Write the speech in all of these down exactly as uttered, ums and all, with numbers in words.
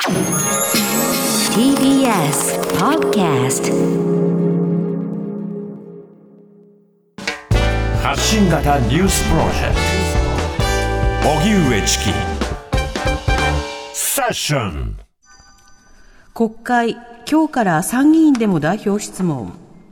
ティービーエス Podcast 発信型ニュースプロジェクト荻上チキセッション。 国会、今日から参議院でも代表質問。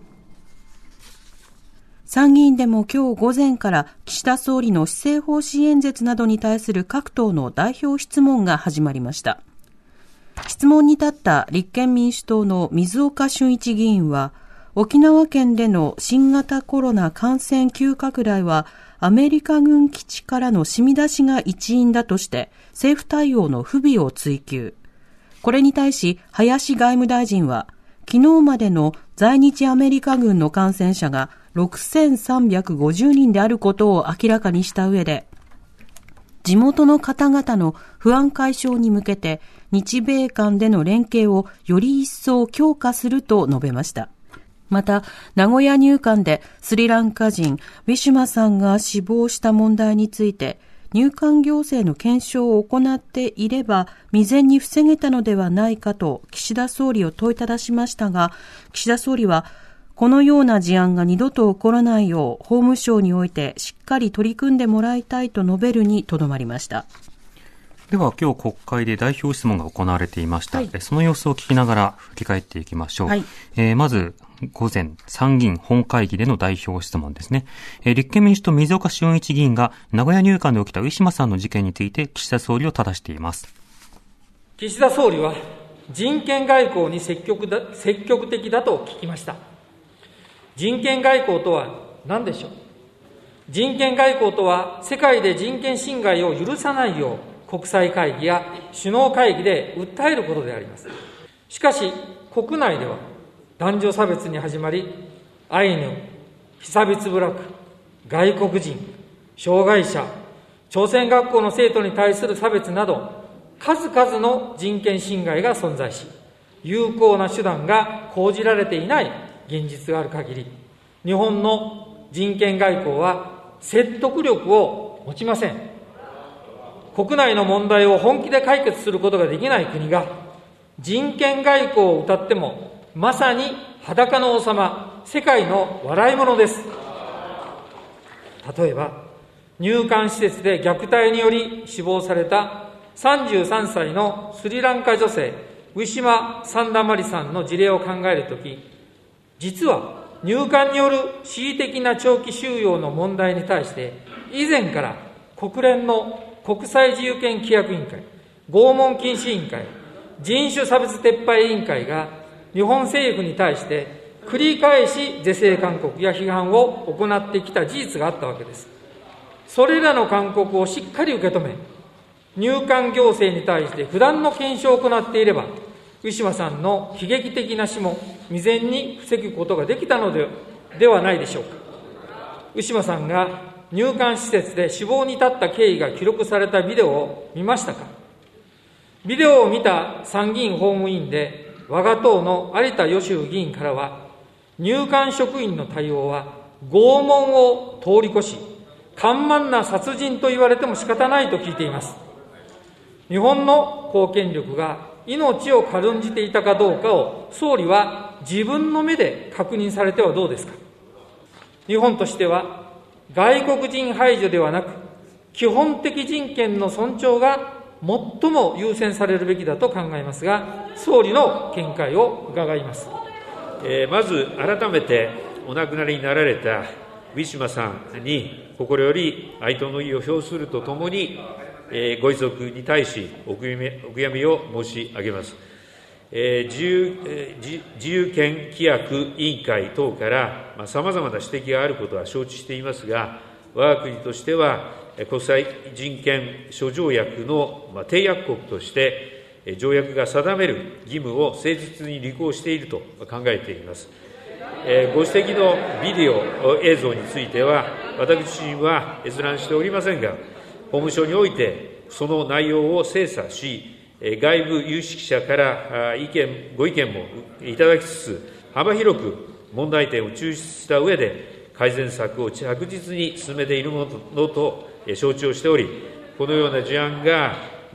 参議院でも今日午前から岸田総理の施政方針演説などに対する各党の代表質問が始まりました。質問に立った立憲民主党の水岡俊一議員は、沖縄県での新型コロナ感染急拡大はアメリカ軍基地からの染み出しが一因だとして政府対応の不備を追及。これに対し林外務大臣は、昨日までの在日アメリカ軍の感染者がろくせんさんびゃくごじゅうにんであることを明らかにした上で、地元の方々の不安解消に向けて日米間での連携をより一層強化すると述べました。また、名古屋入管でスリランカ人ウィシュマさんが死亡した問題について、入管行政の検証を行っていれば未然に防げたのではないかと岸田総理を問いただしましたが、岸田総理はこのような事案が二度と起こらないよう法務省においてしっかり取り組んでもらいたいと述べるにとどまりました。 では今日国会で代表質問が行われていました、はい、その様子を聞きながら振り返っていきましょう、はい。えー、まず午前参議院本会議での代表質問ですね。えー、立憲民主党水岡俊一議員が名古屋入管で起きたウィシュマさんの事件について岸田総理を正しています。 岸田総理は人権外交に積極だ、積極的だと聞きました。人権外交とは何でしょう。人権外交とは世界で人権侵害を許さないよう国際会議や首脳会議で訴えることであります。しかし国内では男女差別に始まり、アイヌ、被差別部落、外国人、障害者、朝鮮学校の生徒に対する差別など数々の人権侵害が存在し、有効な手段が講じられていない現実がある限り、日本の人権外交は説得力を持ちません。国内の問題を本気で解決することができない国が人権外交を謳ってもまさに裸の王様、世界の笑い物です。例えば入管施設で虐待により死亡されたさんじゅうさんさいのスリランカ女性ウィシュマ・サンダマリさんの事例を考えるとき、実は入管による恣意的な長期収容の問題に対して以前から国連の国際自由権規約委員会、拷問禁止委員会、人種差別撤廃委員会が日本政府に対して繰り返し是正勧告や批判を行ってきた事実があったわけです。それらの勧告をしっかり受け止め、入管行政に対して不断の検証を行っていれば、ウィシュマさんの悲劇的な死も未然に防ぐことができたので、ではないでしょうか。ウィシュマさんが入管施設で死亡に至った経緯が記録されたビデオを見ましたか。ビデオを見た参議院法務委員で我が党の有田芳生議員からは、入管職員の対応は拷問を通り越し緩慢な殺人と言われても仕方ないと聞いています。日本の公権力が命を軽んじていたかどうかを総理は自分の目で確認されてはどうですか。日本としては外国人排除ではなく、基本的人権の尊重が最も優先されるべきだと考えますが、総理の見解を伺います。 えー、まず改めてお亡くなりになられたウィシュマさんに心より哀悼の意を表するとともに、えー、ご遺族に対しお悔み、お悔やみを申し上げます。えー、自由、えー、自由権規約委員会等からさまざ、まな指摘があることは承知していますが、我が国としては国際人権諸条約の締約国として条約が定める義務を誠実に履行していると考えています。えー、ご指摘のビデオ映像については私自身は閲覧しておりませんが、法務省においてその内容を精査し、外部有識者から意見、ご意見もいただきつつ、幅広く問題点を抽出した上で、改善策を着実に進めているものと承知をしており、このような事案が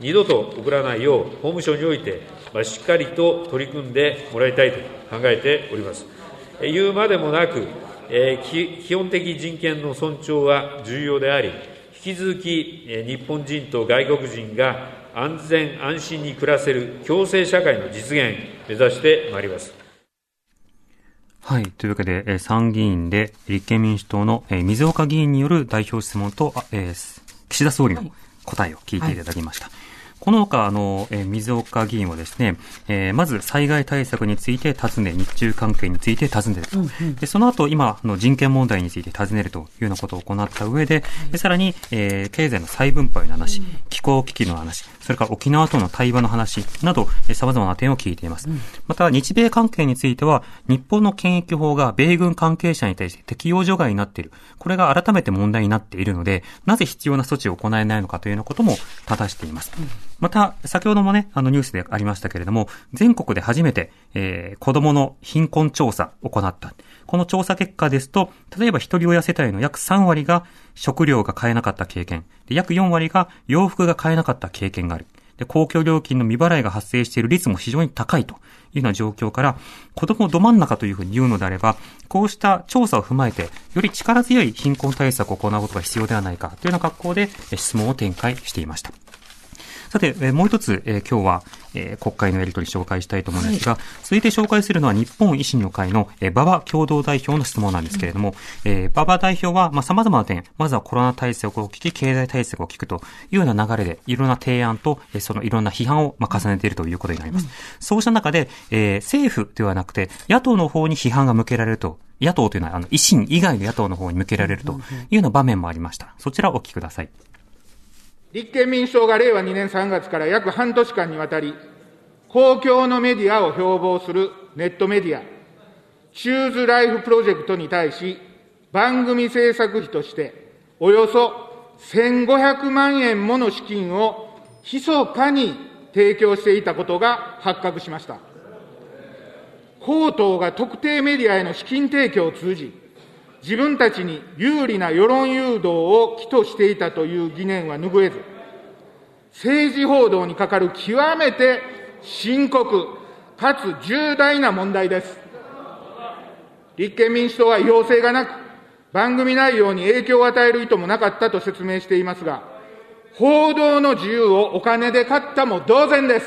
二度と起こらないよう、法務省において、しっかりと取り組んでもらいたいと考えております。言うまでもなく、基本的人権の尊重は重要であり、引き続き日本人と外国人が安全安心に暮らせる共生社会の実現、目指してまいります。 はい。というわけで、参議院で立憲民主党の水岡議員による代表質問と、えー、岸田総理の答えを聞いていただきました。はいはい、この他、あの、えー、水岡議員はですね、えー、まず災害対策について尋ね、日中関係について尋ねると。うんうん、でその後、今の人権問題について尋ねるというようなことを行った上で、でさらに、えー、経済の再分配の話、うん、気候危機の話、それから沖縄との対話の話など、えー、様々な点を聞いています。うん、また、日米関係については、日本の検疫法が米軍関係者に対して適用除外になっている。これが改めて問題になっているので、なぜ必要な措置を行えないのかというようなことも正しています。うん、また、先ほどもね、あのニュースでありましたけれども、全国で初めて、えー、子供の貧困調査を行った。この調査結果ですと、例えば一人親世帯の約さんわりが食料が買えなかった経験、で約よんわりが洋服が買えなかった経験がある。で、公共料金の未払いが発生している率も非常に高いというような状況から、子供ど真ん中というふうに言うのであれば、こうした調査を踏まえて、より力強い貧困対策を行うことが必要ではないかというような格好で質問を展開していました。さて、えー、もう一つ、えー、今日は、えー、国会のやり取り紹介したいと思うんですが、はい、続いて紹介するのは日本維新の会の、えー、馬場共同代表の質問なんですけれども、うん、えー、馬場代表は、まあ、様々な点、まずはコロナ対策を聞き、経済対策を聞くというような流れで、いろんな提案と、えー、そのいろんな批判を、まあ、重ねているということになります。うん、そうした中で、えー、政府ではなくて、野党の方に批判が向けられると、野党というのは、あの、維新以外の野党の方に向けられるというような場面もありました。そちらをお聞きください。 立憲民主党がれいわにねんさんがつから約半年間にわたり、公共のメディアを標榜するネットメディア、チューズライフプロジェクトに対し、番組制作費として、およそせんごひゃくまんえんもの資金を密かに提供していたことが発覚しました。公党が特定メディアへの資金提供を通じ、自分たちに有利な世論誘導を企図していたという疑念は拭えず、政治報道にかかる極めて深刻かつ重大な問題です。立憲民主党は違法性がなく、番組内容に影響を与える意図もなかったと説明していますが、報道の自由をお金で買ったも同然です。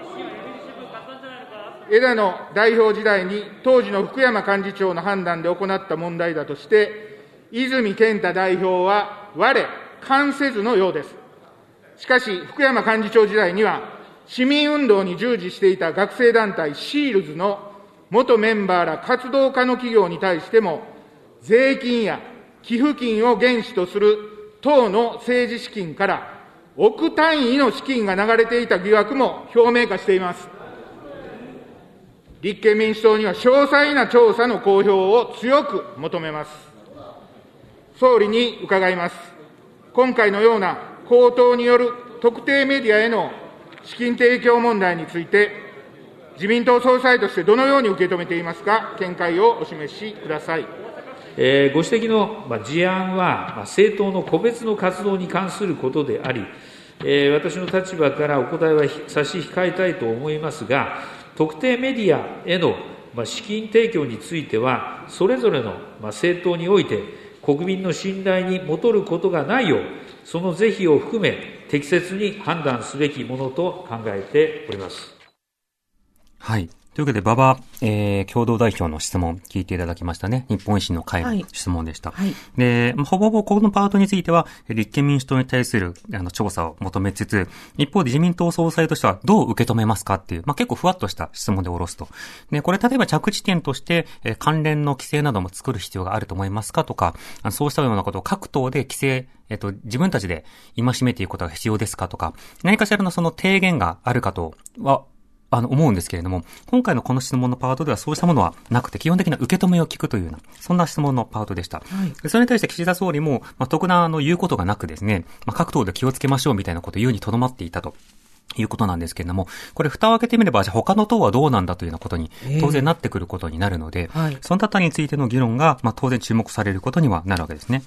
枝野代表時代に当時の福山幹事長の判断で行った問題だとして、泉健太代表は我関せずのようです。しかし、福山幹事長時代には、市民運動に従事していた学生団体シールズの元メンバーら活動家の企業に対しても、税金や寄付金を原資とする党の政治資金から億単位の資金が流れていた疑惑も表明化しています。立憲民主党には詳細な調査の公表を強く求めます。総理に伺います。今回のような公党による特定メディアへの資金提供問題について、自民党総裁としてどのように受け止めていますか、見解をお示しください。 えー、ご指摘の事案は、政党の個別の活動に関することであり、えー、私の立場からお答えは差し控えたいと思いますが、特定メディアへの資金提供については、それぞれの政党において、国民の信頼にもとることがないよう、その是非を含め、適切に判断すべきものと考えております。 はい。というわけで、馬場、えー、共同代表の質問聞いていただきましたね。日本維新の会の質問でした。はいはい、で、ほぼほぼこのパートについては、立憲民主党に対するあの調査を求めつつ、一方で自民党総裁としてはどう受け止めますかっていう、まあ、結構ふわっとした質問で下ろすと。で、これ例えば着地点として、えー、関連の規制なども作る必要があると思いますかとか、あのそうしたようなことを各党で規制、えっと、自分たちで戒めていくことが必要ですかとか、何かしらのその提言があるかとは、あの、思うんですけれども、今回のこの質問のパートではそうしたものはなくて、基本的な受け止めを聞くというような、そんな質問のパートでした。はい、それに対して岸田総理も、まあ、特段あの言うことがなくですね、まあ、各党で気をつけましょうみたいなことを言うにとどまっていたと。いうことなんですけれども、これ蓋を開けてみれば、じゃあ他の党はどうなんだというようなことに当然なってくることになるので、えーはい、そのあたりについての議論が、まあ、当然注目されることにはなるわけですね。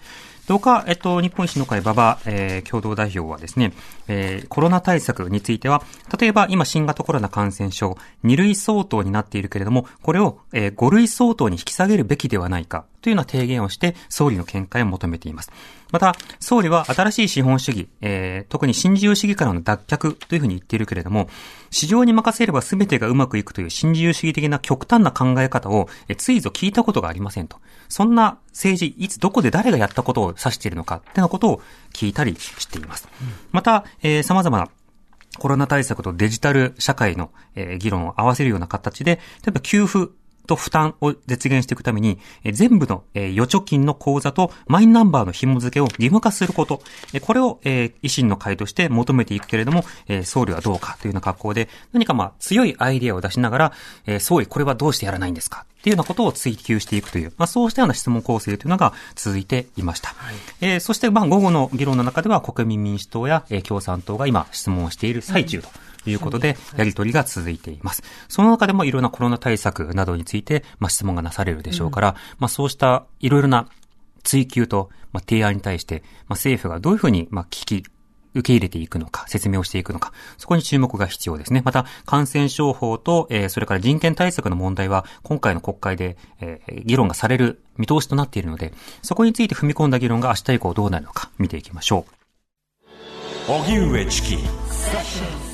他、えっと、日本維新の会馬場、えー、共同代表はですね、えー、コロナ対策については、例えば今新型コロナ感染症、に類相当になっているけれども、これを、えー、ご類相当に引き下げるべきではないかというような提言をして、総理の見解を求めています。また、総理は新しい資本主義、えー、特に新自由主義からの脱却というふうに言っているけれども、市場に任せれば全てがうまくいくという新自由主義的な極端な考え方を、えー、ついぞ聞いたことがありませんと。そんな政治、いつどこで誰がやったことを指しているのかってなことを聞いたりしています。うん、また、えー、様々なコロナ対策とデジタル社会の、えー、議論を合わせるような形で、例えば給付と負担を実現していくために、えー、全部の、えー、預貯金の口座とマイナンバーの紐付けを義務化すること、えー、これを、えー、維新の会として求めていくけれども、えー、総理はどうかというような格好で、何かまあ強いアイデアを出しながら、えー、総理これはどうしてやらないんですかっていうようなことを追求していくという、まあそうしたような質問構成というのが続いていました。はい、えー、そしてまあ午後の議論の中では国民民主党や、えー、共産党が今質問をしている最中と。はいということで、やり取りが続いています。その中でもいろんなコロナ対策などについて、まあ、質問がなされるでしょうから、うん、まあ、そうしたいろいろな追求と、まあ、提案に対して、まあ、政府がどういうふうに、まあ、聞き、受け入れていくのか、説明をしていくのか、そこに注目が必要ですね。また、感染症法と、えー、それから人権対策の問題は、今回の国会で、えー、議論がされる見通しとなっているので、そこについて踏み込んだ議論が明日以降どうなるのか、見ていきましょう。 荻上チキ